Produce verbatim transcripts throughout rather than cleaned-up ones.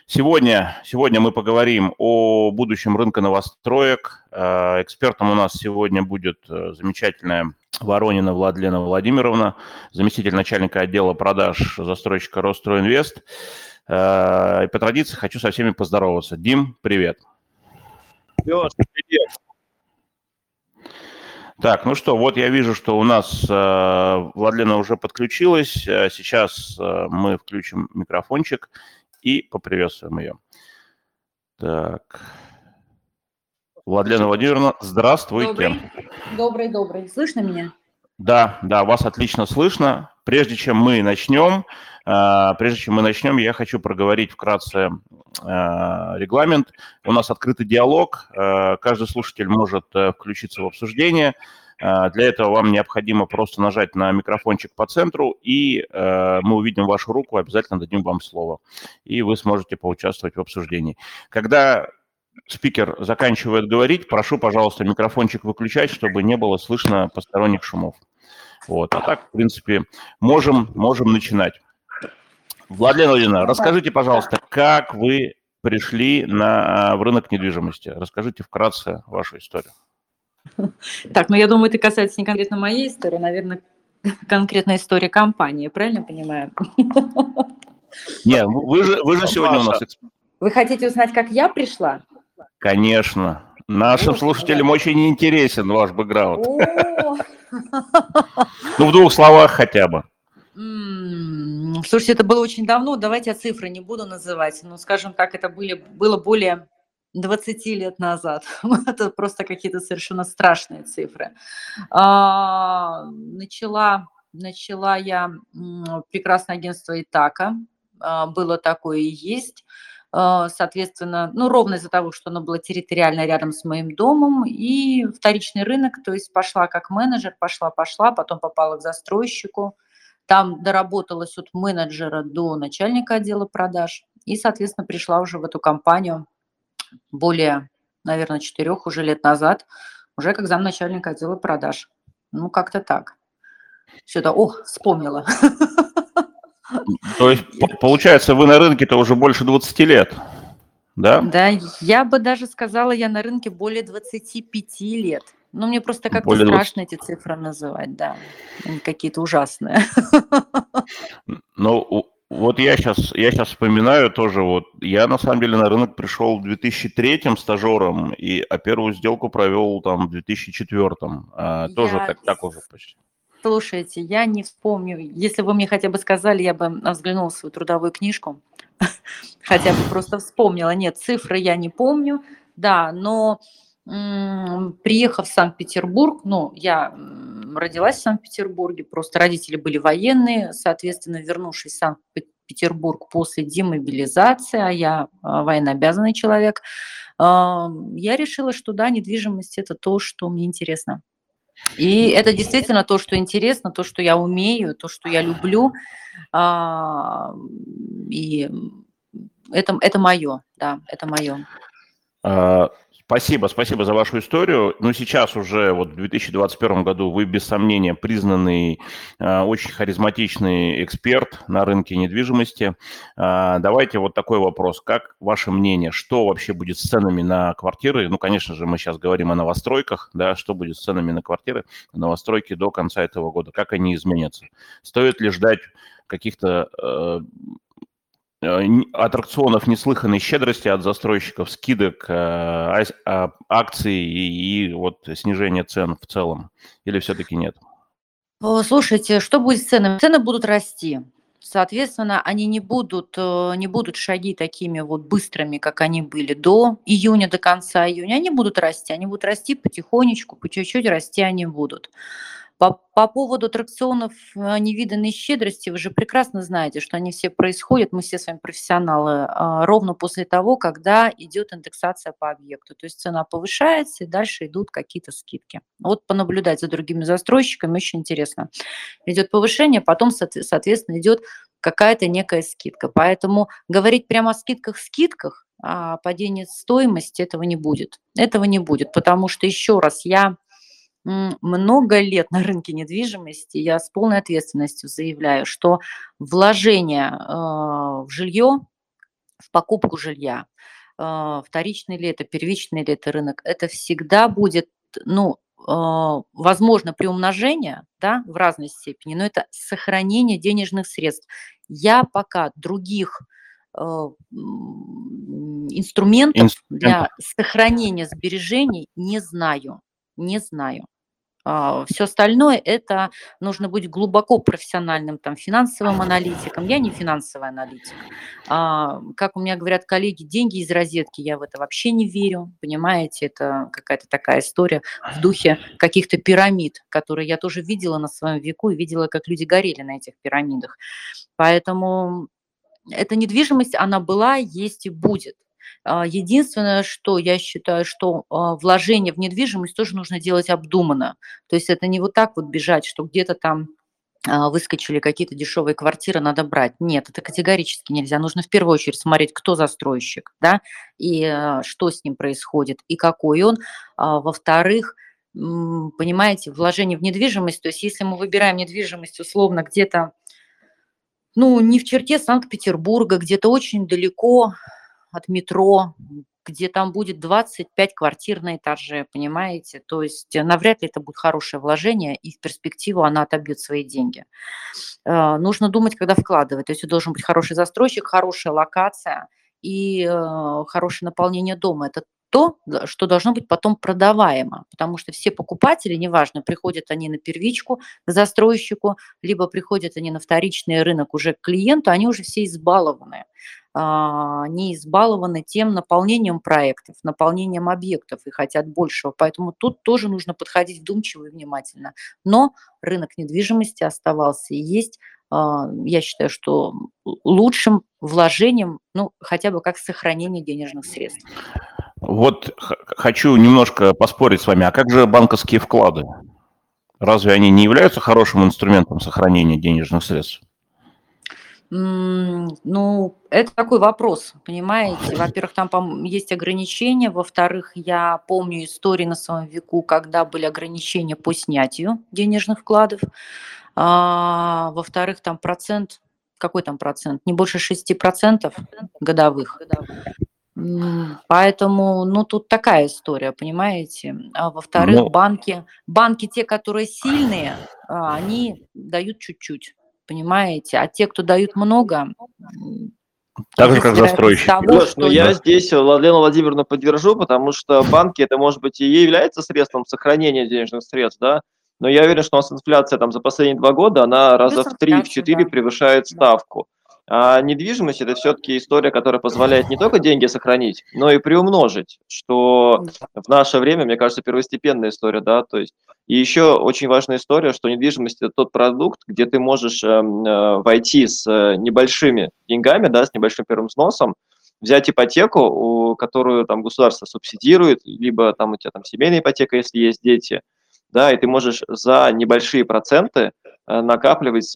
Сегодня, сегодня мы поговорим о будущем рынка новостроек. Э, Экспертом у нас сегодня будет э, замечательная Воронина Владлена Владимировна, заместитель начальника отдела продаж застройщика Росстройинвест. Э, И по традиции хочу со всеми поздороваться. Дим, привет. Леш, привет. Так, ну что, вот я вижу, что у нас э, Владлена уже подключилась. Э, Сейчас э, мы включим микрофончик и поприветствуем ее. Так. Владлена Владимировна, здравствуйте. Добрый, добрый, добрый. Слышно меня? Да, да, вас отлично слышно. Прежде чем мы начнем, э, прежде чем мы начнем, я хочу проговорить вкратце э, регламент. У нас открытый диалог, э, каждый слушатель может э, включиться в обсуждение. Э, Для этого вам необходимо просто нажать на микрофончик по центру, и э, мы увидим вашу руку, обязательно дадим вам слово, и вы сможете поучаствовать в обсуждении. Когда спикер заканчивает говорить, прошу, пожалуйста, микрофончик выключать, чтобы не было слышно посторонних шумов. Вот. А так, в принципе, можем, можем начинать. Владлена Владимировна, расскажите, пожалуйста, как вы пришли на, в рынок недвижимости? Расскажите вкратце вашу историю. Так, ну я думаю, это касается не конкретно моей истории, наверное, конкретной истории компании, правильно понимаю? Нет, вы же, вы же сегодня у нас эксперт. Вы хотите узнать, как я пришла? Конечно. Нашим Вот, слушателям да. очень интересен ваш бэкграунд. О! Ну, в двух словах хотя бы. М, Слушайте, это было очень давно, давайте я цифры не буду называть, но, скажем так, это были, было более двадцати лет назад. Это просто какие-то совершенно страшные цифры. А, Начала, начала я м, прекрасное агентство Итака, а, было такое и есть. А, Соответственно, ну, ровно из-за того, что оно было территориально рядом с моим домом, и вторичный рынок, то есть пошла как менеджер, пошла-пошла, потом попала к застройщику, там доработалась от менеджера до начальника отдела продаж, и, соответственно, пришла уже в эту компанию более, наверное, четырех уже лет назад, уже как замначальника отдела продаж. Ну, как-то так. Все это, ох, вспомнила. То есть, по- получается, вы на рынке-то уже больше двадцати лет, да? Да, я бы даже сказала, я на рынке более двадцати пяти лет. Ну, мне просто как-то Более двадцати. страшно эти цифры называть, да. Они какие-то ужасные. Ну, у- вот я сейчас, я сейчас вспоминаю тоже, вот я на самом деле на рынок пришел в две тысячи третьем стажером, и, а первую сделку провел там в две тысячи четвёртом. А, тоже Я, так, так уже почти. слушайте, я не вспомню. Если бы вы мне хотя бы сказали, я бы взглянула в свою трудовую книжку, хотя бы просто вспомнила. Нет, цифры я не помню, да, но м, приехав в Санкт-Петербург, ну, я м, родилась в Санкт-Петербурге, просто родители были военные, соответственно, вернувшись в Санкт-Петербург после демобилизации, а я а, военнообязанный человек, а, я решила, что да, недвижимость – это то, что мне интересно. И это действительно то, что интересно, то, что я умею, то, что я люблю. А, И это, это мое, да, это мое. А, Спасибо, спасибо за вашу историю. Ну, сейчас уже вот в две тысячи двадцать первом году вы, без сомнения, признанный, а, очень харизматичный эксперт на рынке недвижимости. А, Давайте вот такой вопрос. Как ваше мнение, что вообще будет с ценами на квартиры? Ну, конечно же, мы сейчас говорим о новостройках, да, что будет с ценами на квартиры, новостройки до конца этого года? Как они изменятся? Стоит ли ждать каких-то э, э, н- аттракционов неслыханной щедрости от застройщиков, скидок, э, ас- а, акций и, и вот снижения цен в целом? Или все-таки нет? О, Слушайте, что будет с ценами? Цены будут расти. Соответственно, они не будут, э, не будут шаги такими вот быстрыми, как они были до июня, до конца июня. Они будут расти, они будут расти потихонечку, по чуть-чуть расти они будут. По, по поводу аттракционов э, невиданной щедрости, вы же прекрасно знаете, что они все происходят, мы все с вами профессионалы, а, ровно после того, когда идет индексация по объекту. То есть цена повышается, и дальше идут какие-то скидки. Вот понаблюдать за другими застройщиками очень интересно. Идет повышение, потом, соотве- соответственно, идет какая-то некая скидка. Поэтому говорить прямо о скидках-скидках, о падении стоимости этого не будет. Этого не будет, потому что, еще раз, я м, много лет на рынке недвижимости, я с полной ответственностью заявляю, что вложение э, в жилье в покупку жилья. Э, Вторичный ли это, первичный ли это рынок, это всегда будет, ну, э, возможно, приумножение, да, в разной степени, но это сохранение денежных средств. Я пока других э, м, инструментов Инструментов. для сохранения сбережений не знаю. Не знаю. Все остальное — это нужно быть глубоко профессиональным там финансовым аналитиком. Я не финансовый аналитик. А, Как у меня говорят коллеги, деньги из розетки, я в это вообще не верю. Понимаете, это какая-то такая история в духе каких-то пирамид, которые я тоже видела на своем веку и видела, как люди горели на этих пирамидах. Поэтому эта недвижимость, она была, есть и будет. А, Единственное, что я считаю, что а, вложение в недвижимость тоже нужно делать обдуманно. То есть это не вот так вот бежать, что где-то там а, выскочили какие-то дешевые квартиры, надо брать. Нет, это категорически нельзя. Нужно в первую очередь смотреть, кто застройщик, да, и а, что с ним происходит, и какой он. А, Во-вторых, м, понимаете, вложение в недвижимость, то есть если мы выбираем недвижимость условно где-то, ну, не в черте Санкт-Петербурга, где-то очень далеко от метро, где там будет двадцать пять квартир на этаже, понимаете? То есть э, навряд ли это будет хорошее вложение, и в перспективу она отобьет свои деньги. Э, Нужно думать, когда вкладывать. То есть должен быть хороший застройщик, хорошая локация и э, хорошее наполнение дома. Это то, да, что должно быть потом продаваемо, потому что все покупатели, неважно, приходят они на первичку к застройщику, либо приходят они на вторичный рынок уже к клиенту, они уже все избалованы. А, Они избалованы тем наполнением проектов, наполнением объектов и хотят большего. Поэтому тут тоже нужно подходить вдумчиво и внимательно. Но рынок недвижимости оставался и есть. А, Я считаю, что лучшим вложением, ну, хотя бы как сохранение денежных средств. Вот х- хочу немножко поспорить с вами. А как же банковские вклады? Разве они не являются хорошим инструментом сохранения денежных средств? М, Ну, это такой вопрос, понимаете. Во-первых, там пом- есть ограничения. Во-вторых, я помню истории на своем веку, когда были ограничения по снятию денежных вкладов. А, Во-вторых, там процент, какой там процент? Не больше шести процентов годовых. М, Поэтому, ну, тут такая история, понимаете. А во-вторых, Ну, банки, банки те, которые сильные, а, они дают чуть-чуть, понимаете. А те, кто дают много, м, так же, есть как вероятность застройщики, того, Леш, ну что я да? здесь Владлену Владимировну поддержу, потому что банки это может быть и является средством сохранения денежных средств, да, но я уверен, что у нас инфляция там за последние два года, она раза плюс в три, в инфляция, четыре да. превышает Да. ставку. А недвижимость это все-таки история, которая позволяет не только деньги сохранить, но и приумножить, что Да. в наше время, мне кажется, первостепенная история, да, то есть и еще очень важная история, что недвижимость это тот продукт, где ты можешь эм, э, войти с э, небольшими деньгами, да, с небольшим первым взносом, взять ипотеку, у, которую там государство субсидирует, либо там у тебя там семейная ипотека, если есть дети, да, и ты можешь за небольшие проценты э, накапливать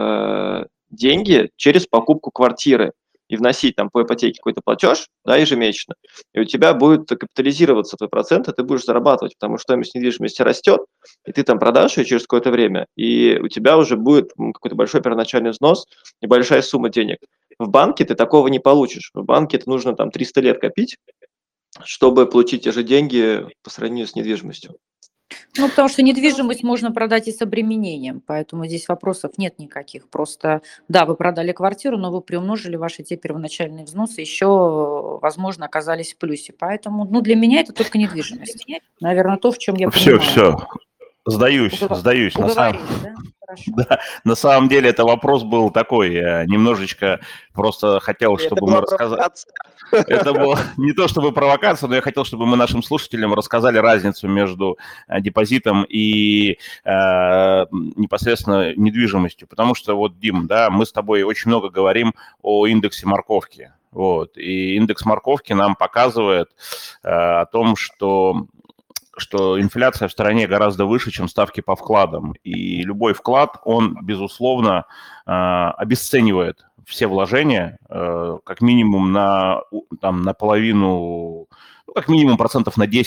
э, деньги через покупку квартиры и вносить там по ипотеке какой-то платеж, да, ежемесячно, и у тебя будет капитализироваться твой процент, и ты будешь зарабатывать, потому что стоимость недвижимости растет, и ты там продашь ее через какое-то время, и у тебя уже будет м, какой-то большой первоначальный взнос, небольшая сумма денег. В банке ты такого не получишь. В банке это нужно там триста лет копить, чтобы получить те же деньги по сравнению с недвижимостью. Ну, потому что недвижимость можно продать и с обременением, поэтому здесь вопросов нет никаких. Просто, да, вы продали квартиру, но вы приумножили ваши те первоначальные взносы, еще, возможно, оказались в плюсе. Поэтому, ну, для меня это только недвижимость. Наверное, то, в чем я Все, понимаю. все, сдаюсь, Угова- сдаюсь. На самом, Уговорили, да? Хорошо. да, на самом деле это вопрос был такой, э, немножечко просто хотел, Это чтобы мы была рассказали. провокация. Это было не то чтобы провокация, но я хотел, чтобы мы нашим слушателям рассказали разницу между э, депозитом и э, непосредственно недвижимостью. Потому что вот, Дим, да, мы с тобой очень много говорим о индексе морковки. Вот. И индекс морковки нам показывает э, о том, что что инфляция в стране гораздо выше, чем ставки по вкладам. И любой вклад, он, безусловно, э, обесценивает все вложения как минимум на, там, на половину, ну, как минимум процентов на десять,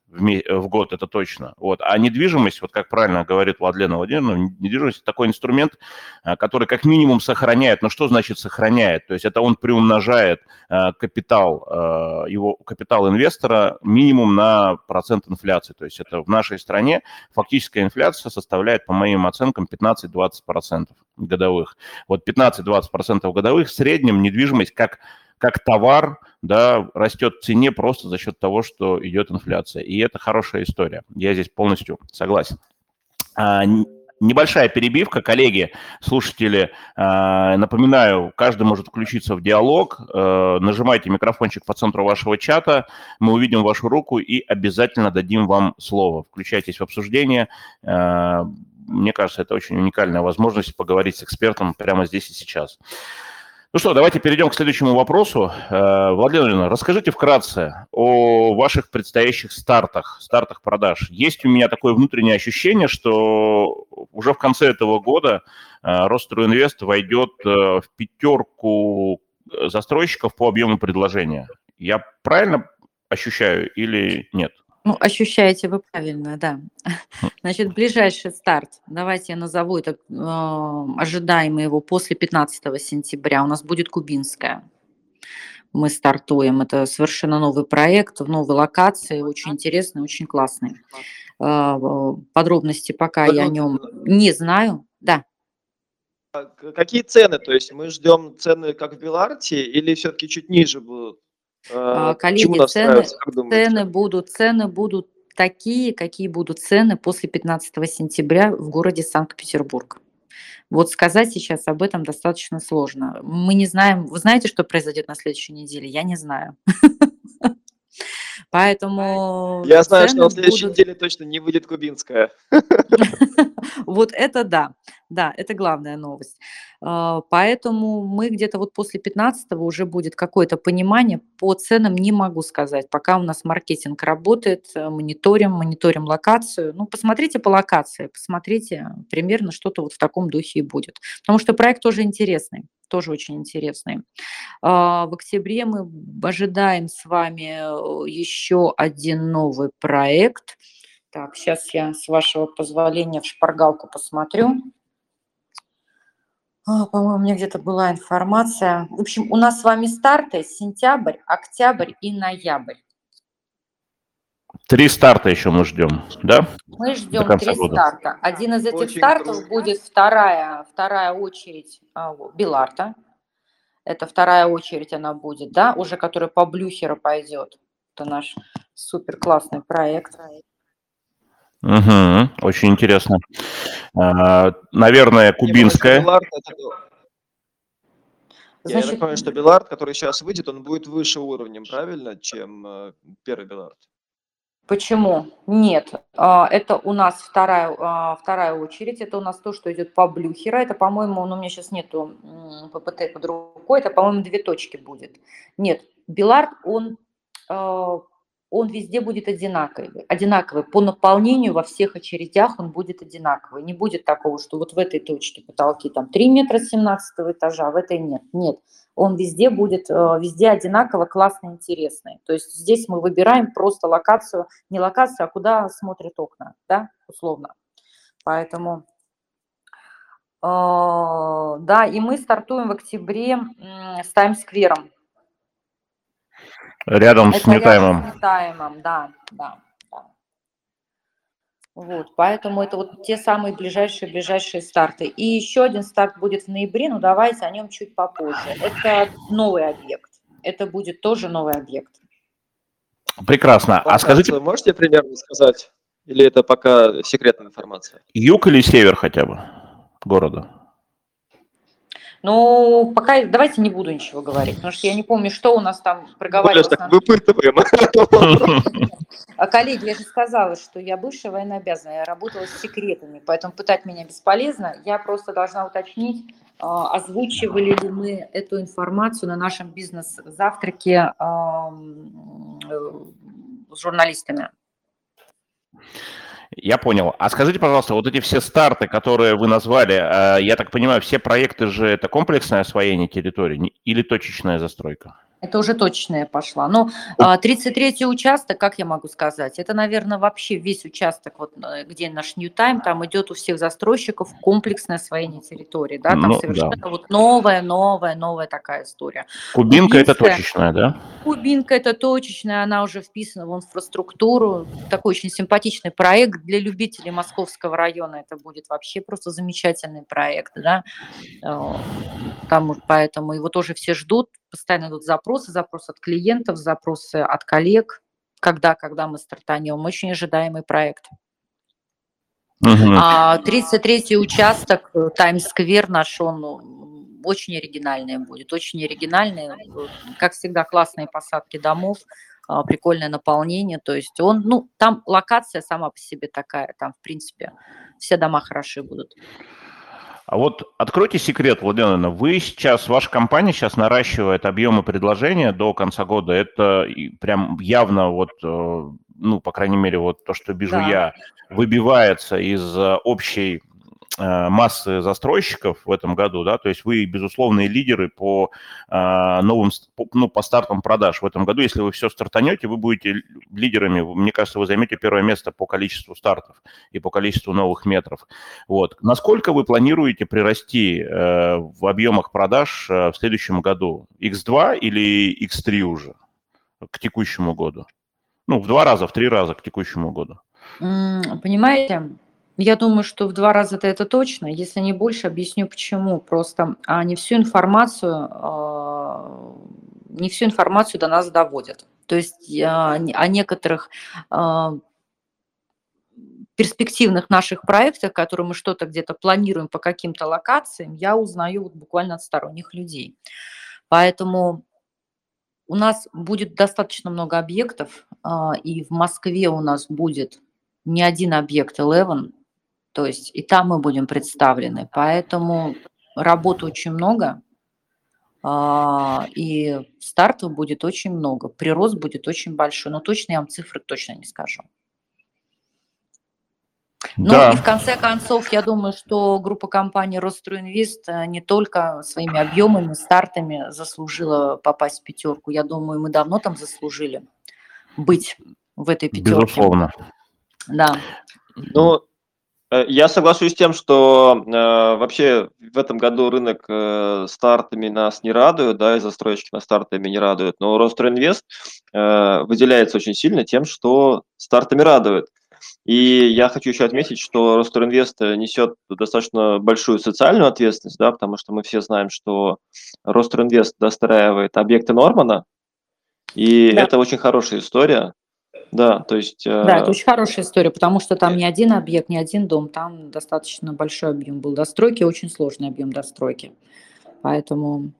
в, ме- в год, это точно. Вот. А недвижимость, вот как правильно говорит Владлена Владимировна, недвижимость – это такой инструмент, а, который как минимум сохраняет. Но что значит сохраняет? То есть это он приумножает а, капитал, а, его капитал инвестора минимум на процент инфляции. То есть это в нашей стране фактическая инфляция составляет, по моим оценкам, пятнадцать-двадцать процентов годовых. Вот пятнадцать-двадцать процентов годовых в среднем недвижимость как, как товар, да, растет в цене просто за счет того, что идет инфляция. И это хорошая история. Я здесь полностью согласен. А, Небольшая перебивка, коллеги, слушатели, напоминаю, каждый может включиться в диалог, нажимайте микрофончик по центру вашего чата, мы увидим вашу руку и обязательно дадим вам слово. Включайтесь в обсуждение, мне кажется, это очень уникальная возможность поговорить с экспертом прямо здесь и сейчас. Ну что, давайте перейдем к следующему вопросу. Владимир Владимирович, расскажите вкратце о ваших предстоящих стартах, стартах продаж. Есть у меня такое внутреннее ощущение, что уже в конце этого года Росстройинвест войдет в пятерку застройщиков по объему предложения. Я правильно ощущаю или нет? Ну, ощущаете вы правильно, да. Значит, ближайший старт, давайте я назову это, э, ожидаемый его после пятнадцатого сентября, у нас будет Кубинская. Мы стартуем, это совершенно новый проект, в новой локации, очень интересный, очень классный. Э, подробности пока я о нем не знаю, да. Какие цены? То есть мы ждем цены как в Беларте или все-таки чуть ниже будут? Коллеги, цены, цены, будут, цены будут такие, какие будут цены после пятнадцатого сентября в городе Санкт-Петербург. Вот сказать сейчас об этом достаточно сложно. Мы не знаем, вы знаете, что произойдет на следующей неделе? Я не знаю. Поэтому я знаю, что на следующей будут... неделе точно не выйдет Кубинская. Вот это да, да, это главная новость. Поэтому мы где-то вот после пятнадцатого уже будет какое-то понимание. По ценам не могу сказать. Пока у нас маркетинг работает, мониторим, мониторим локацию. Ну, посмотрите по локации, посмотрите, примерно что-то вот в таком духе и будет. Потому что проект тоже интересный, тоже очень интересный. В октябре мы ожидаем с вами еще один новый проект. Так, сейчас я, с вашего позволения, в шпаргалку посмотрю. А, по-моему, у меня где-то была информация. В общем, у нас с вами старты сентябрь, октябрь и ноябрь. Три старта еще мы ждем, да? Мы ждем три года. старта. Один из этих Очень стартов круто. будет вторая, вторая очередь а, Беларта. Это вторая очередь она будет, да, уже которая по Блюхеру пойдет. Это наш супер классный проект. Угу, очень интересно. А, наверное, Кубинская. Я так понимаю, что Белард, который сейчас выйдет, он будет выше уровнем, правильно, чем э, первый Белард? Почему? Нет, это у нас вторая, вторая очередь, это у нас то, что идет по Блюхера, это, по-моему, ну, у меня сейчас нету ППТ под рукой, это, по-моему, две точки будет. Нет, Белард, он, он везде будет одинаковый, одинаковый, по наполнению во всех очередях он будет одинаковый, не будет такого, что вот в этой точке потолки там три метра семнадцатого этажа, а в этой нет, нет. Он везде будет, везде одинаково классный, интересный. То есть здесь мы выбираем просто локацию, не локацию, а куда смотрят окна, да, условно. Поэтому, э, да, и мы стартуем в октябре с Таймс-сквером. Рядом с Метаймом. Рядом с Метаймом, да, да. Вот, поэтому это вот те самые ближайшие ближайшие старты. И еще один старт будет в ноябре, но давайте о нем чуть попозже. Это новый объект. Это будет тоже новый объект. Прекрасно. А скажите, вы можете примерно сказать, или это пока секретная информация? Юг или север хотя бы города? Ну, пока давайте не буду ничего говорить, потому что я не помню, что у нас там проговаривалось. Так выпытываем. Коллеги, я же сказала, что я бывшая военнообязанная, я работала с секретами, поэтому пытать меня бесполезно. Я просто должна уточнить, озвучивали ли мы эту информацию на нашем бизнес-завтраке с журналистами. Я понял. А скажите, пожалуйста, вот эти все старты, которые вы назвали, я так понимаю, все проекты же это комплексное освоение территории или точечная застройка? Это уже точная пошла. Ну, а, тридцать третий участок, как я могу сказать, это, наверное, вообще весь участок, вот, э, где наш Ньютайм, там идет у всех застройщиков комплексное освоение территории, да, там Ну, да. совершенно вот новая, новая, новая такая история. Кубинка – это Кубинская, точечная, да? Кубинка это точечная, она уже вписана в инфраструктуру. Такой очень симпатичный проект для любителей Московского района. Это будет вообще просто замечательный проект, да. Э, Там, уж поэтому его тоже все ждут. Постоянно идут запросы, запросы от клиентов, запросы от коллег. Когда, когда мы стартанем. Очень ожидаемый проект. Мгм. А тридцать третий участок, э, Таймс-сквер наш, он м, очень оригинальный будет, очень оригинальный. Э, Как всегда, классные посадки домов, а, прикольное наполнение. То есть он, ну, там локация сама по себе такая, там, в принципе, все дома хороши будут. А вот откройте секрет, Владимир Ивановна, вы сейчас, ваша компания сейчас наращивает объемы предложения до конца года. Это и прям явно вот, э, ну, по крайней мере, вот то, что вижу Да. я, выбивается из э, общей э, массы застройщиков в этом году, да, то есть вы безусловные лидеры по э, новым, ст- по- ну, по стартам продаж в этом году. Если вы все стартанете, вы будете л- лидерами. Мне кажется, вы займете первое место по количеству стартов и по количеству новых метров. Вот. Насколько вы планируете прирасти э, в объемах продаж э, в следующем году? икс два или икс три уже к текущему году? Ну, в два раза, в три раза к текущему году. М, Понимаете, я думаю, что в два раза-то это точно, если не больше, объясню почему. Просто а, не всю информацию, а, не всю информацию до нас доводят. То есть я не- о некоторых а, перспективных наших проектах, которые мы что-то где-то планируем по каким-то локациям, я узнаю вот буквально от сторонних людей. Поэтому у нас будет достаточно много объектов, а, и в Москве у нас будет не один объект одиннадцать, то есть и там мы будем представлены. Поэтому работы очень много, а, и стартов будет очень много, прирост будет очень большой, но точно я вам цифры точно не скажу. Ну и в Да, конце концов, я думаю, что группа компаний Ростройинвест э, не только своими объемами, стартами заслужила попасть в пятерку. Я думаю, мы давно там заслужили быть в этой пятерке. безусловно. Да. Ну, э, я соглашусь с тем, что э, вообще в этом году рынок э, стартами нас не радует, да, и застройщики нас стартами не радуют, но Ростройинвест э, выделяется очень сильно тем, что стартами радует. И я хочу еще отметить, что Ростройинвест э, несет достаточно большую социальную ответственность, да, потому что мы все знаем, что Ростройинвест достраивает объекты Нормана, и Да. это очень хорошая история. Да, то есть Да, это э, очень хорошая история, потому что там не один объект, не один дом, там достаточно большой объем был достройки, очень сложный объем достройки. Поэтому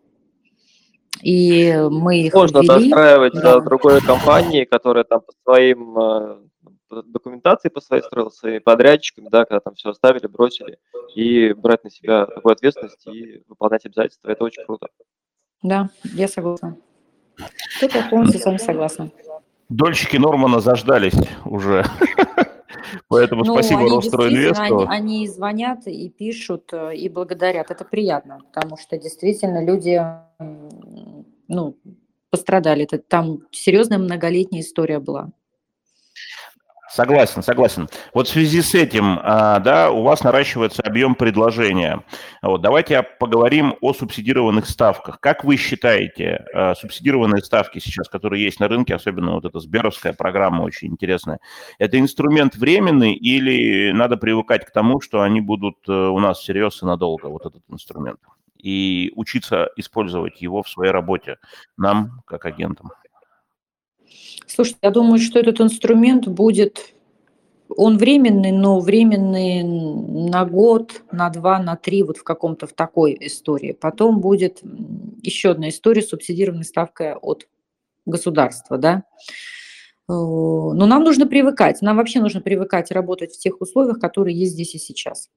и мы их можно ввели. достраивать Да. э, другой компании, которая там по своим э, по документации по своей строила, своими подрядчиками, да, когда там все оставили, бросили, и брать на себя такую ответственность и выполнять обязательства. Это очень круто. Да, я согласна. Тут я полностью с вами согласна. Дольщики Нормана заждались уже. Поэтому Ну, спасибо они действительно, они, Ростройинвесту. они звонят и пишут, э, и благодарят. Это приятно, потому что действительно люди, м, ну, пострадали. Это там серьезная многолетняя история была. Согласен, согласен. Вот в связи с этим, а, да, у вас наращивается объем предложения. Вот, давайте поговорим о субсидированных ставках. Как вы считаете, а, субсидированные ставки сейчас, которые есть на рынке, особенно вот эта Сберовская программа очень интересная, это инструмент временный или надо привыкать к тому, что они будут э, у нас всерьез и надолго, вот этот инструмент, и учиться использовать его в своей работе нам, как агентам? Слушайте, я думаю, что этот инструмент будет, он временный, но временный на год, на два, на три, вот в каком-то в такой истории. Потом будет м, еще одна история с субсидированной ставкой от государства, да. Э, Но нам нужно привыкать, нам вообще нужно привыкать работать в тех условиях, которые есть здесь и сейчас.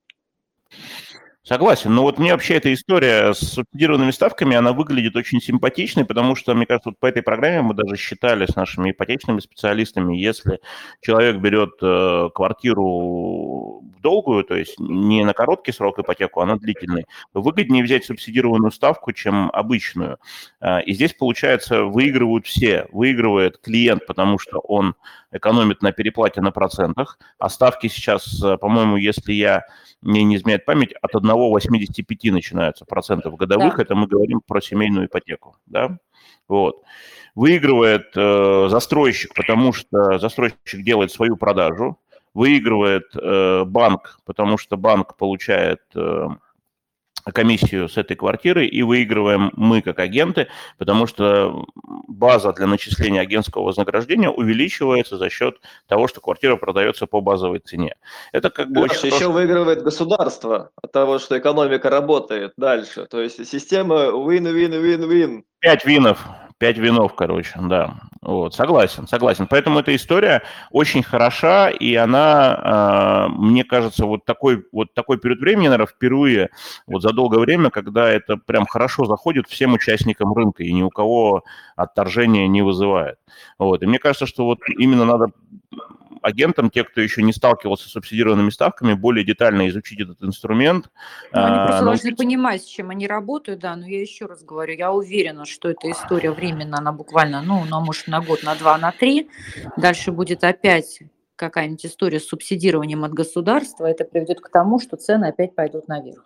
Согласен, но вот мне вообще эта история с субсидированными ставками, она выглядит очень симпатичной, потому что, мне кажется, вот по этой программе мы даже считали с нашими ипотечными специалистами, если человек берет э, квартиру в долгую, то есть не на короткий срок ипотеку, а на длительный, то выгоднее взять субсидированную ставку, чем обычную. И здесь, получается, выигрывают все. Выигрывает клиент, потому что он экономит на переплате на процентах, а ставки сейчас, по-моему, если я мне не изменяет память, от одна целая восемьдесят пять начинаются процентов годовых, Да. это мы говорим про семейную ипотеку, да, вот. Выигрывает э, застройщик, потому что застройщик делает свою продажу, выигрывает э, банк, потому что банк получает э, комиссию с этой квартиры, и выигрываем мы как агенты, потому что база для начисления агентского вознаграждения увеличивается за счет того, что квартира продается по базовой цене. Это как бы Леш, очень еще хорошо. выигрывает государство от того, что экономика работает дальше. То есть система win-win-win-win. Пять винов, пять винов, короче, да. Вот, согласен, согласен. Поэтому эта история очень хороша, и она, э, мне кажется, вот такой, вот такой период времени, наверное, впервые вот за долгое время, когда это прям хорошо заходит всем участникам рынка, и ни у кого отторжения не вызывает. Вот, и мне кажется, что вот именно надо агентам, те, кто еще не сталкивался с субсидированными ставками, более детально изучить этот инструмент. Ну, они э, просто должны научиться- понимать, с чем они работают, да, но я еще раз говорю, я уверена, что эта история временная, она буквально, ну, ну, может, на год, на два, на три, дальше будет опять какая-нибудь история с субсидированием от государства, это приведет к тому, что цены опять пойдут наверх.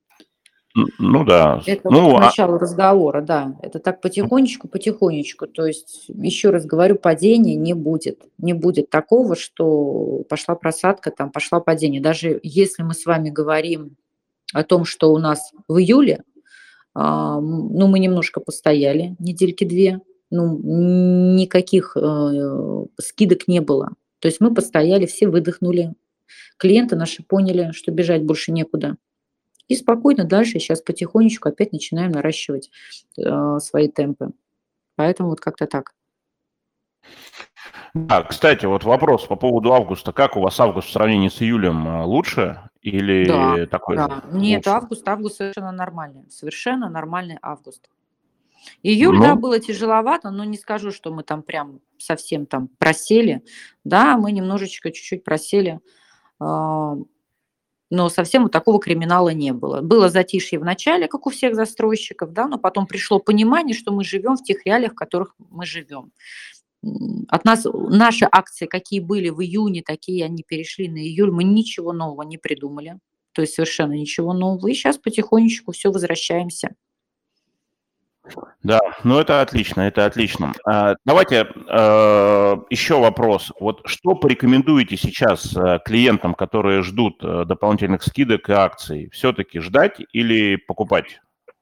Н- Ну да. Это вот Ну, к а- началу разговора, да. Это так потихонечку, потихонечку. То есть, еще раз говорю, падения не будет. Не будет такого, что пошла просадка, там пошла падение. Даже если мы с вами говорим о том, что у нас в июле, а, м, ну, мы немножко постояли, недельки две, ну, никаких э, скидок не было. То есть мы постояли, все выдохнули. Клиенты наши поняли, что бежать больше некуда. И спокойно дальше сейчас потихонечку опять начинаем наращивать э, свои темпы. Поэтому вот как-то так. Да, кстати, вот вопрос по поводу августа. Как у вас август в сравнении с июлем? а, Лучше Да, или такой же? да. Нет, Лучше? август, август совершенно нормальный. Совершенно нормальный август. Июль, да, Ну, было тяжеловато, но не скажу, что мы там прям совсем там просели. Да, мы немножечко чуть-чуть просели, а, но совсем вот такого криминала не было. Было затишье в начале, как у всех застройщиков, да, но потом пришло понимание, что мы живем в тех реалиях, в которых мы живем. М, От нас наши акции, какие были в июне, такие они перешли на июль. Мы ничего нового не придумали. То есть совершенно ничего нового. И сейчас потихонечку все возвращаемся. да, ну это отлично, это отлично. А, Давайте э, еще вопрос. Вот что порекомендуете сейчас э, клиентам, которые ждут э, дополнительных скидок и акций? Все-таки ждать или покупать?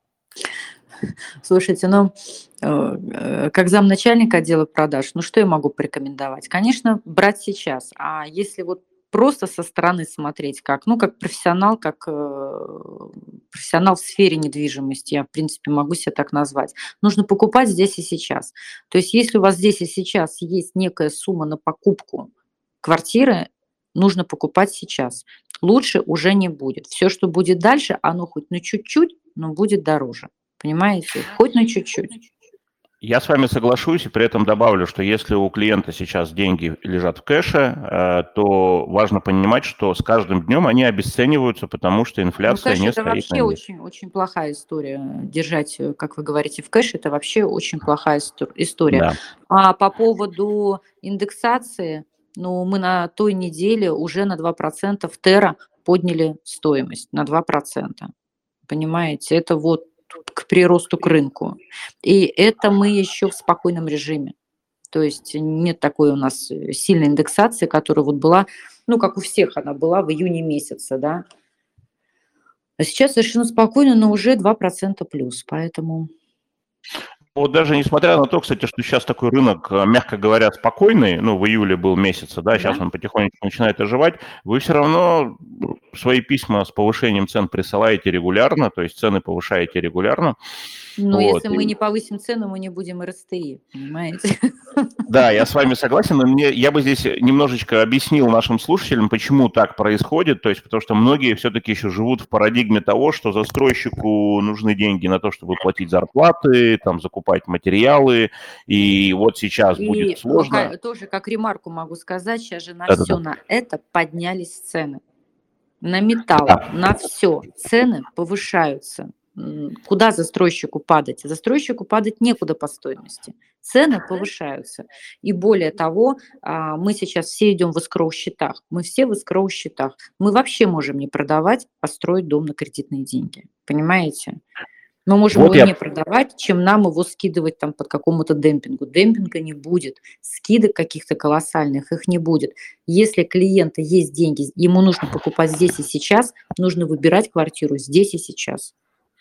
Слушайте, ну, э, э, как замначальника отдела продаж, ну что я могу порекомендовать? Конечно, брать сейчас. А если вот просто со стороны смотреть, как, ну, как профессионал, как э, профессионал в сфере недвижимости, я, в принципе, могу себя так назвать, нужно покупать здесь и сейчас. То есть если у вас здесь и сейчас есть некая сумма на покупку квартиры, нужно покупать сейчас. Лучше уже не будет. Все, что будет дальше, оно хоть на чуть-чуть, но будет дороже. Понимаете? Хоть на чуть-чуть. Я с вами соглашусь и при этом добавлю, что если у клиента сейчас деньги лежат в кэше, э, то важно понимать, что с каждым днем они обесцениваются, потому что Ну, инфляция кэш не это стоит на вообще месте. очень, очень плохая история. Держать, э, как вы говорите, в кэше это вообще очень плохая истор- история. Да. А по поводу индексации, ну, мы на той неделе уже на два процента в Терра подняли стоимость на два процента. Понимаете? Это вот к приросту к рынку. И это мы еще в спокойном режиме. То есть нет такой у нас э, сильной индексации, которая вот была, ну, как у всех она была в июне месяце, да. А сейчас совершенно спокойно, но уже два процента плюс, поэтому Вот даже несмотря на то, кстати, что сейчас такой рынок, э, мягко говоря, спокойный, ну, в июле был месяц, да, сейчас да. он потихонечку начинает оживать, вы все равно свои письма с повышением цен присылаете регулярно, то есть цены повышаете регулярно. Но Вот. если мы не повысим цену, мы не будем эр эс тэ и, понимаете? Да, я с вами согласен, но мне, я бы здесь немножечко объяснил нашим слушателям, почему так происходит, то есть потому что многие все-таки еще живут в парадигме того, что застройщику нужны деньги на то, чтобы платить зарплаты, там, закупать материалы, и вот сейчас будет И э, сложно. ка- тоже как ремарку могу сказать, сейчас же на Да-да-да. все на это поднялись цены. на металл, Да. на все цены повышаются. М, Куда застройщику падать? Застройщику падать некуда по стоимости. Цены повышаются. И более того, а, мы сейчас все идем в эскроу-счетах. Мы все в эскроу-счетах. Мы вообще можем не продавать, построить дом на кредитные деньги. Понимаете? Мы можем Вот его не я продавать, чем нам его скидывать там под какому-то демпингу. Демпинга не будет, скидок каких-то колоссальных их не будет. Если клиента есть деньги, ему нужно покупать здесь и сейчас, нужно выбирать квартиру здесь и сейчас.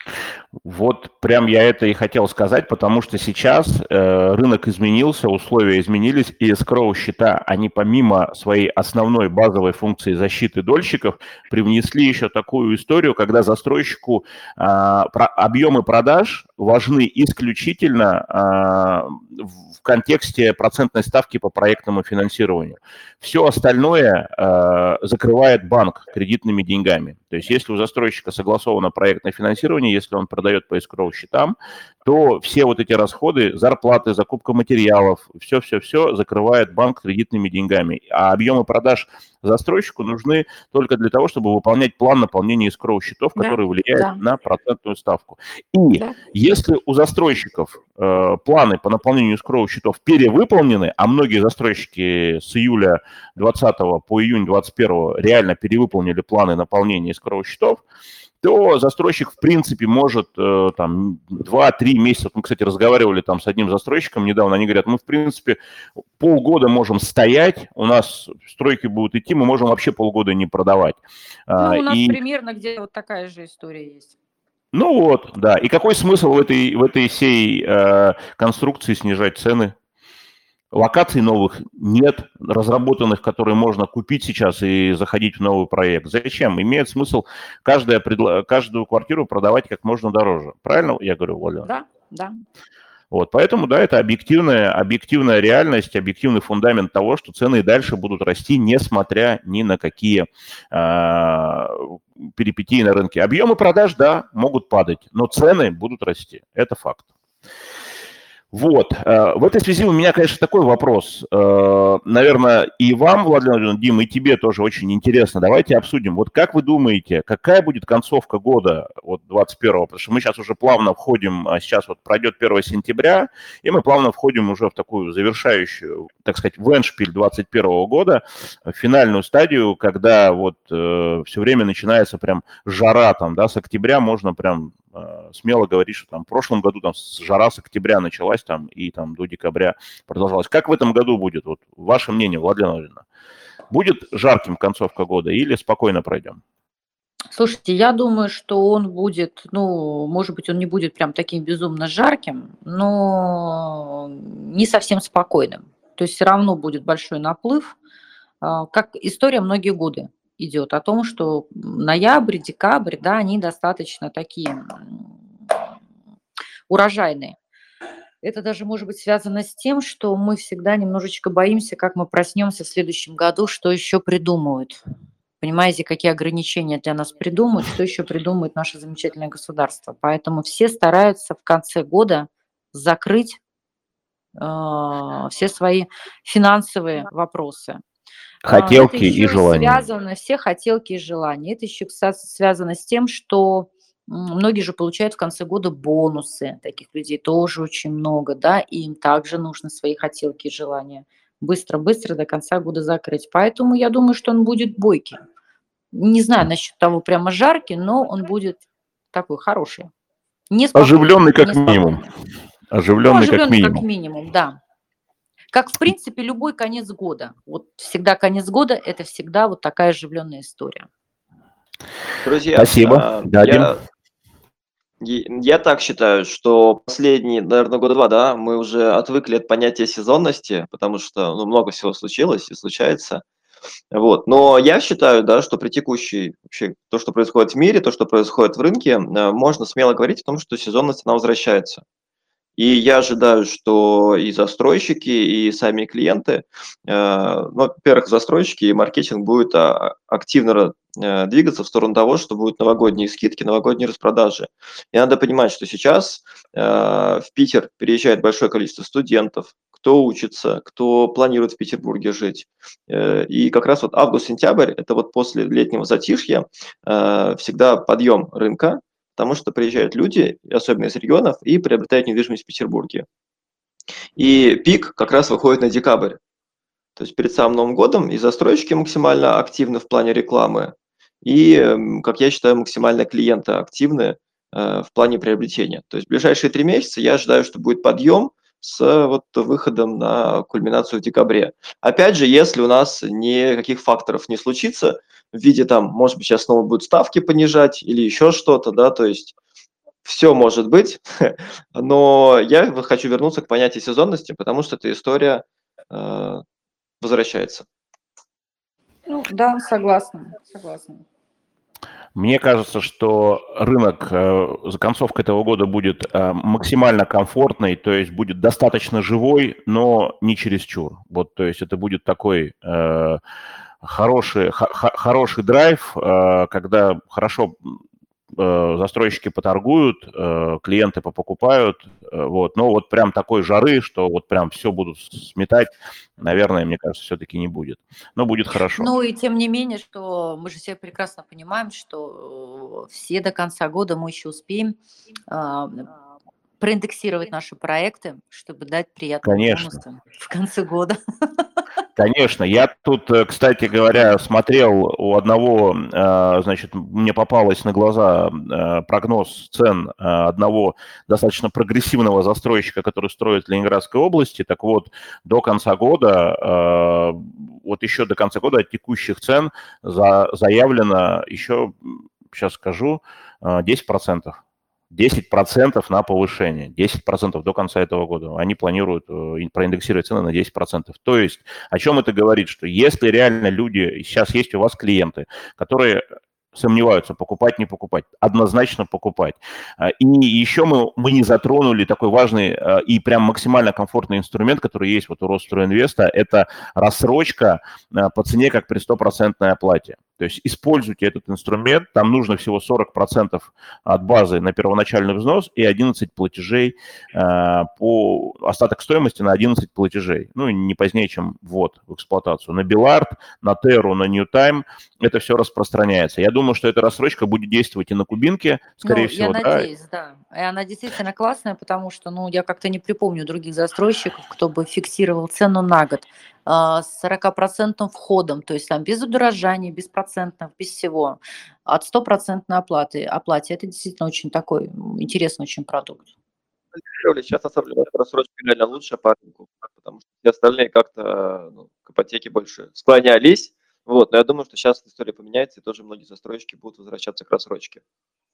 Вот прям я это и хотел сказать, потому что сейчас э, рынок изменился, условия изменились, и эскроу-счета, они помимо своей основной базовой функции защиты дольщиков, привнесли еще такую историю, когда застройщику э, про, объемы продаж важны исключительно э, в контексте процентной ставки по проектному финансированию. Все остальное э, закрывает банк кредитными деньгами. То есть если у застройщика согласовано проектное финансирование, если он продает по эскроу-счетам, то все вот эти расходы, зарплаты, закупка материалов, все-все-все закрывает банк кредитными деньгами. А объемы продаж застройщику нужны только для того, чтобы выполнять план наполнения эскроу-счетов, Да, который влияет да, на процентную ставку. И да. если у застройщиков э, планы по наполнению эскроу-счетов перевыполнены, а многие застройщики с июля двадцатого по июнь двадцать первого реально перевыполнили планы наполнения эскроу-счетов, то застройщик, в принципе, может э, там два-три месяца, мы, кстати, разговаривали там с одним застройщиком недавно, они говорят, мы, в принципе, полгода можем стоять, у нас стройки будут идти, мы можем вообще полгода не продавать. Ну, А, у нас и, примерно где вот такая же история есть. ну вот, да, и какой смысл в этой, в этой всей э, конструкции снижать цены? Локаций новых нет, разработанных, которые можно купить сейчас и заходить в новый проект. Зачем? Имеет смысл каждая, предла- каждую квартиру продавать как можно дороже. Правильно я говорю, Владимир? Да, да. Вот, поэтому, да, это объективная, объективная реальность, объективный фундамент того, что цены и дальше будут расти, несмотря ни на какие э, перипетии на рынке. Объемы продаж, да, могут падать, но цены будут расти. Это факт. Вот. В этой связи у меня, конечно, такой вопрос. Наверное, и вам, Владимир, Дим, и тебе тоже очень интересно. Давайте обсудим. Вот как вы думаете, какая будет концовка года вот двадцать первого? Потому что мы сейчас уже плавно входим, сейчас вот пройдет первое сентября, и мы плавно входим уже в такую завершающую, так сказать, в эндшпиль двадцать первого года, в финальную стадию, когда вот э, все время начинается прям жара там, да, с октября можно прям смело говорить, что там в прошлом году там жара с октября началась там и там до декабря продолжалась. Как в этом году будет? Вот ваше мнение, Владимир Владимировна. Будет жарким концовка года или спокойно пройдем? Слушайте, я думаю, что он будет, ну, может быть, он не будет прям таким безумно жарким, но не совсем спокойным. То есть все равно будет большой наплыв, как история многие годы идет о том, что ноябрь, декабрь, да, они достаточно такие урожайные. Это даже может быть связано с тем, что мы всегда немножечко боимся, как мы проснемся в следующем году, что еще придумают. Понимаете, какие ограничения для нас придумают, что еще придумает наше замечательное государство. Поэтому все стараются в конце года закрыть э, все свои финансовые вопросы. Хотелки Это еще и желания. связано, все хотелки и желания. Это еще, кстати, связано с тем, что многие же получают в конце года бонусы. Таких людей тоже очень много, да, и им также нужно свои хотелки и желания быстро-быстро до конца года закрыть. Поэтому я думаю, что он будет бойкий. Не знаю насчет того прямо жаркий, но он будет такой хороший. Неспокойный, Оживленный как неспокойный. минимум. Ну, Оживленный как оживленный как минимум. минимум, да. Как, в принципе, любой конец года. Вот всегда конец года – это всегда вот такая оживленная история. Друзья, Спасибо. а, Да, я, и- я так считаю, что последние, наверное, года два, да, мы уже отвыкли от понятия сезонности, потому что ну, много всего случилось и случается. Вот. Но я считаю, да, что при текущей, вообще, то, что происходит в мире, то, что происходит в рынке, э, можно смело говорить о том, что сезонность, она возвращается. И я ожидаю, что и застройщики, и сами клиенты, э, ну, во-первых, застройщики и маркетинг будет а, активно э, двигаться в сторону того, что будут новогодние скидки, новогодние распродажи. И надо понимать, что сейчас э, в Питер переезжает большое количество студентов, кто учится, кто планирует в Петербурге жить. Э, И как раз вот август-сентябрь, это вот после летнего затишья, э, всегда подъем рынка, потому что приезжают люди, особенно из регионов, и приобретают недвижимость в Петербурге. И пик как раз выходит на декабрь. То есть перед самым Новым годом и застройщики максимально активны в плане рекламы, и, м, как я считаю, максимально клиенты активны э, в плане приобретения. То есть в ближайшие три месяца я ожидаю, что будет подъем с э, вот выходом на кульминацию в декабре. Опять же, если у нас никаких факторов не случится в виде там, может быть, сейчас снова будут ставки понижать или еще что-то, да, то есть все может быть, но я вот хочу вернуться к понятию сезонности, потому что эта история э, возвращается. Ну, да, согласна, согласна. Мне кажется, что рынок э, за концовкой этого года будет э, максимально комфортный, то есть будет достаточно живой, но не чересчур. Вот, то есть это будет такой э, хороший, х- х- хороший драйв, э, когда хорошо э, застройщики поторгуют, э, клиенты попокупают, э, вот. Но вот прям такой жары, что вот прям все будут сметать, наверное, мне кажется, все-таки не будет. Но будет хорошо. Ну и тем не менее, что мы же все прекрасно понимаем, что э, все до конца года мы еще успеем а, проиндексировать наши проекты, чтобы дать приятные Конечно. бонусы в конце года. Конечно, я тут, э, кстати говоря, смотрел у одного, э, значит, мне попалось на глаза э, прогноз цен э, одного достаточно прогрессивного застройщика, который строит в Ленинградской области. Так вот, до конца года, э, вот еще до конца года от текущих цен за, заявлено еще, сейчас скажу, э, десять процентов. десять процентов на повышение, десять процентов до конца этого года. Они планируют э, проиндексировать цены на десять процентов. То есть о чем это говорит? Что если реально люди, сейчас есть у вас клиенты, которые сомневаются, покупать, не покупать, однозначно покупать. И еще мы, мы не затронули такой важный и прям максимально комфортный инструмент, который есть вот у Росстройинвеста, это рассрочка по цене как при стопроцентной оплате. То есть используйте этот инструмент, там нужно всего сорок процентов от базы на первоначальный взнос и одиннадцать платежей э, по остаток стоимости на одиннадцать платежей. Ну, не позднее, чем ввод в эксплуатацию. На Биллард, на Терру, на Ньютайм это все распространяется. Я думаю, что эта рассрочка будет действовать и на Кубинке, скорее Ну, всего. я да. надеюсь, да. И она действительно классная, потому что, ну, я как-то не припомню других застройщиков, кто бы фиксировал цену на год а, с сорокапроцентным входом, то есть там без удорожания, без процентов, без всего, от стопроцентной оплаты. оплате. Это действительно очень такой м, интересный очень продукт. Дешевле. Сейчас, на самом деле, рассрочка реально лучше по рынку, потому что все остальные как-то ну, к ипотеке больше склонялись. Вот, но я думаю, что сейчас история поменяется, и тоже многие застройщики будут возвращаться к рассрочке.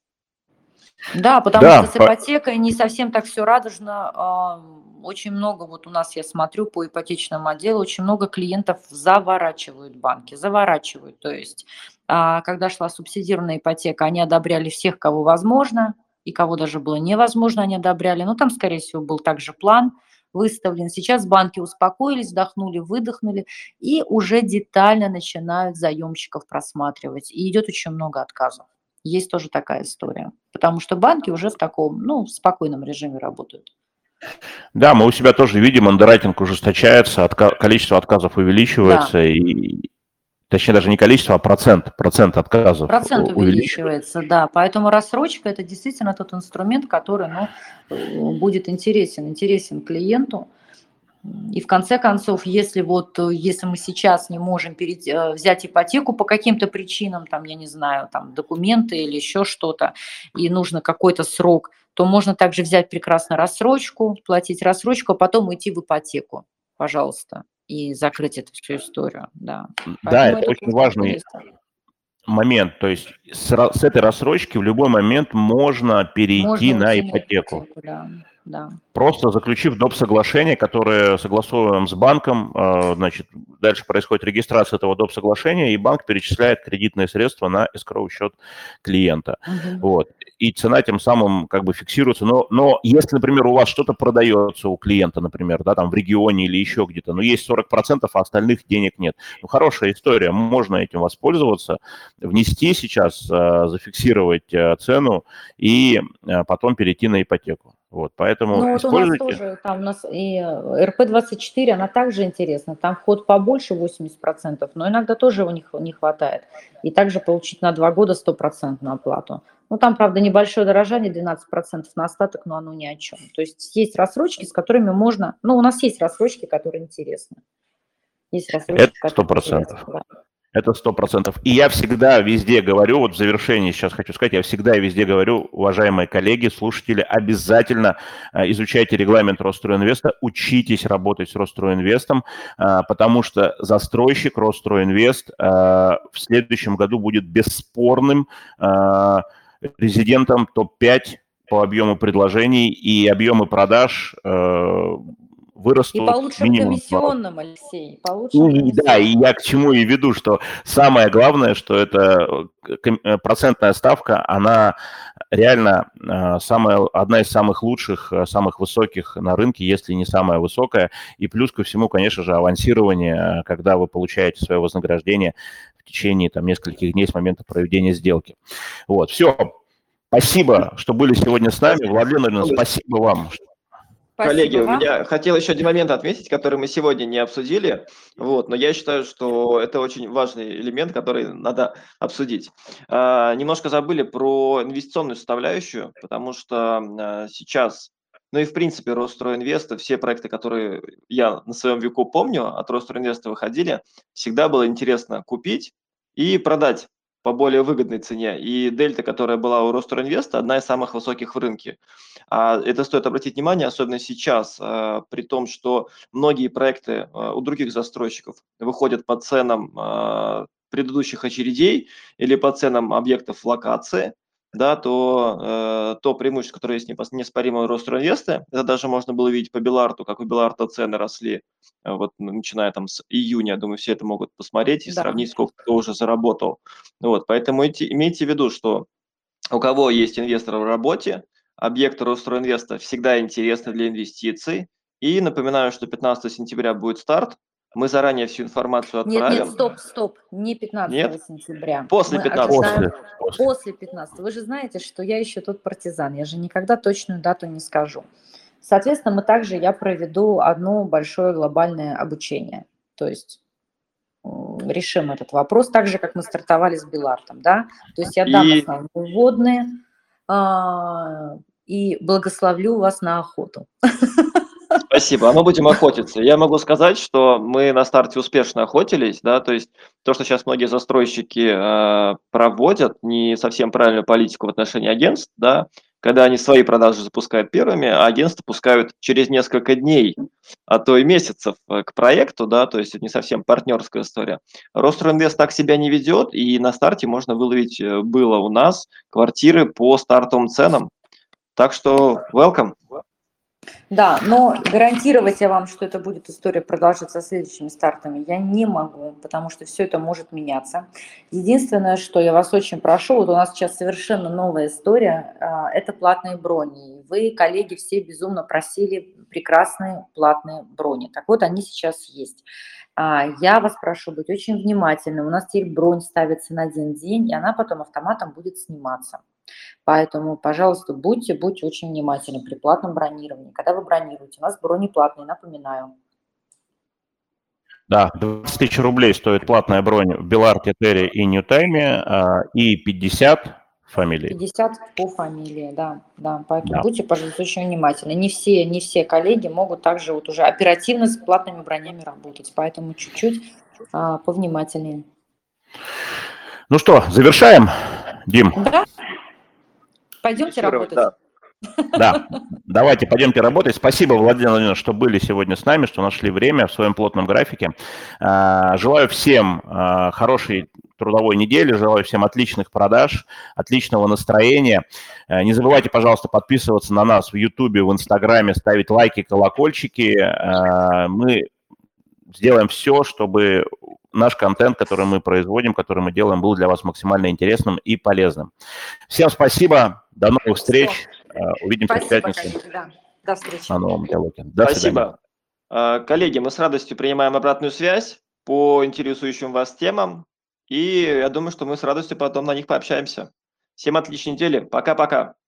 Да, потому Да, что с по- ипотекой не совсем так все радужно. а, Очень много, вот у нас я смотрю по ипотечному отделу, очень много клиентов заворачивают банки, заворачивают. То есть, а, когда шла субсидированная ипотека, они одобряли всех, кого возможно, и кого даже было невозможно, они одобряли. Но там, скорее всего, был также план выставлен. Сейчас банки успокоились, вдохнули, выдохнули и уже детально начинают заемщиков просматривать. И идет очень много отказов. Есть тоже такая история, потому что банки уже в таком, ну, в спокойном режиме работают. да, мы у себя тоже видим, андеррайтинг ужесточается, отка- количество отказов Да, увеличивается, и, точнее даже не количество, а процент, процент отказов процент у- увеличивается. увеличивается, да, поэтому рассрочка – это действительно тот инструмент, который, ну, э, будет интересен, интересен клиенту. И в конце концов, если вот, э, если мы сейчас не можем перейти, э, взять ипотеку по каким-то причинам, там, я не знаю, там, документы или еще что-то, и нужно какой-то срок, то можно также взять прекрасно рассрочку, платить рассрочку, а потом уйти в ипотеку, пожалуйста, и закрыть эту всю историю, да. Да, Поэтому это это очень тоже важный интересно. момент. То есть с, ра- с этой рассрочки в любой момент можно перейти Можно на уйти на ипотеку. ипотеку, да, да. Просто заключив доп. Соглашение, которое согласовываем с банком, э, значит, дальше происходит регистрация этого доп. Соглашения, и банк перечисляет кредитные средства на эскроу счет клиента. Мгм. Вот. И цена тем самым как бы фиксируется. Но, но если, например, у вас что-то продается у клиента, например, да, там в регионе или еще где-то, но есть сорок процентов, а остальных денег нет. Ну, хорошая история, можно этим воспользоваться, внести сейчас, э, зафиксировать э, цену и э, потом перейти на ипотеку. Вот, поэтому Ну вот у нас используйте. тоже, там у нас и эр пэ двадцать четыре, она также интересна, там вход побольше восемьдесят процентов, но иногда тоже у них не хватает. И также получить на два года сто процентов оплату. Ну там, правда, небольшое дорожание, двенадцать процентов на остаток, но оно ни о чем. То есть есть рассрочки, с которыми можно, ну у нас есть рассрочки, которые интересны. Есть рассрочки, Это сто которые интересны, процентов. да. Это сто процентов. И я всегда везде говорю, вот в завершении сейчас хочу сказать, я всегда и везде говорю, уважаемые коллеги, слушатели, обязательно э, изучайте регламент Росстройинвеста, учитесь работать с Росстройинвестом, э, потому что застройщик Росстройинвест э, в следующем году будет бесспорным э, резидентом топ пять по объему предложений, и объемы продаж э, вырастут И по лучшим минимум в два раза. комиссионным, Алексей, по лучшим Ну, и да, и комиссионным. я к чему и веду, что самое главное, что это ком- э, процентная ставка, она реально э, самая, одна из самых лучших, э, самых высоких на рынке, если не самая высокая. И плюс ко всему, конечно же, авансирование, э, когда вы получаете свое вознаграждение в течение там, нескольких дней с момента проведения сделки. Вот, все. Спасибо, что были сегодня с нами. Владлен Владимирович, спасибо вам. Коллеги, Спасибо у вам. меня хотел еще один момент отметить, который мы сегодня не обсудили, вот, но я считаю, что это очень важный элемент, который надо обсудить. А, немножко забыли про инвестиционную составляющую, потому что а, сейчас, ну и в принципе Росстройинвеста, все проекты, которые я на своем веку помню, от Росстройинвеста выходили, всегда было интересно купить и продать по более выгодной цене. И дельта, которая была у Росстройинвеста, одна из самых высоких в рынке. А это стоит обратить внимание, особенно сейчас, а, при том, что многие проекты а, у других застройщиков выходят по ценам а, предыдущих очередей или по ценам объектов локации, да, то э, то преимущество, которое есть непос- неоспоримо у Росстройинвеста, это даже можно было видеть по Беларту, как у Беларта цены росли, э, вот н- начиная там с июня, я думаю, все это могут посмотреть и Да. сравнить, сколько кто уже заработал. Вот, поэтому эти- имейте в виду, что у кого есть инвестор в работе, объекты Росстройинвеста всегда интересны для инвестиций. И напоминаю, что пятнадцатого сентября будет старт. Мы заранее всю информацию Нет, нет, отправим. стоп, стоп, не пятнадцатого Нет? сентября. После Мы пятнадцатого. ожидаем После, после. после пятнадцатого. Вы же знаете, что я еще тот партизан, я же никогда точную дату не скажу. Соответственно, мы также, я проведу одно большое глобальное обучение. То есть м, решим этот вопрос, так же, как мы стартовали с Белартом, да. То есть я дам И основные вводные а, и благословлю вас на охоту. спасибо. А мы будем охотиться. Я могу сказать, что мы на старте успешно охотились, да, то есть то, что сейчас многие застройщики э, проводят не совсем правильную политику в отношении агентств, да, когда они свои продажи запускают первыми, а агентства пускают через несколько дней, а то и месяцев э, к проекту, да, то есть это не совсем партнерская история. Росстройинвест так себя не ведет, и на старте можно выловить, э, было у нас, квартиры по стартовым ценам. Так что welcome. Да, но гарантировать я вам, что это будет история продолжаться следующими стартами, я не могу, потому что все это может меняться. Единственное, что я вас очень прошу, вот у нас сейчас совершенно новая история, а, это платные брони. Вы, коллеги, все безумно просили прекрасные платные брони. Так вот, они сейчас есть. А, Я вас прошу быть очень внимательным. У нас теперь бронь ставится на один день, и она потом автоматом будет сниматься. Поэтому, пожалуйста, будьте, будьте очень внимательны при платном бронировании. Когда вы бронируете, у нас брони платные, напоминаю. Да, двадцать тысяч рублей стоит платная бронь в Беларте, Терре и Ньютайме, а, и пятьдесят фамилий. пятьдесят по фамилии, да, да. Поэтому Да. будьте, пожалуйста, очень внимательны. Не все, не все коллеги могут также вот уже оперативно с платными бронями работать, поэтому чуть-чуть а, повнимательнее. Ну что, завершаем, Дим? Да, пойдемте Фиксировать, работать. да. Да, давайте пойдемте работать. Спасибо, Владимир Владимирович, что были сегодня с нами, что нашли время в своем плотном графике. А, Желаю всем а, хорошей трудовой недели, желаю всем отличных продаж, отличного настроения. А, Не забывайте, пожалуйста, подписываться на нас в Ютубе, в Инстаграме, ставить лайки, колокольчики. А, Мы сделаем все, чтобы наш контент, который мы производим, который мы делаем, был для вас максимально интересным и полезным. Всем спасибо, до новых встреч. Увидимся в Спасибо, пятницу коллеги, да. До встречи. на новом диалоге. До свидания. Спасибо. А, Коллеги, мы с радостью принимаем обратную связь по интересующим вас темам. И я думаю, что мы с радостью потом на них пообщаемся. Всем отличной недели. Пока-пока.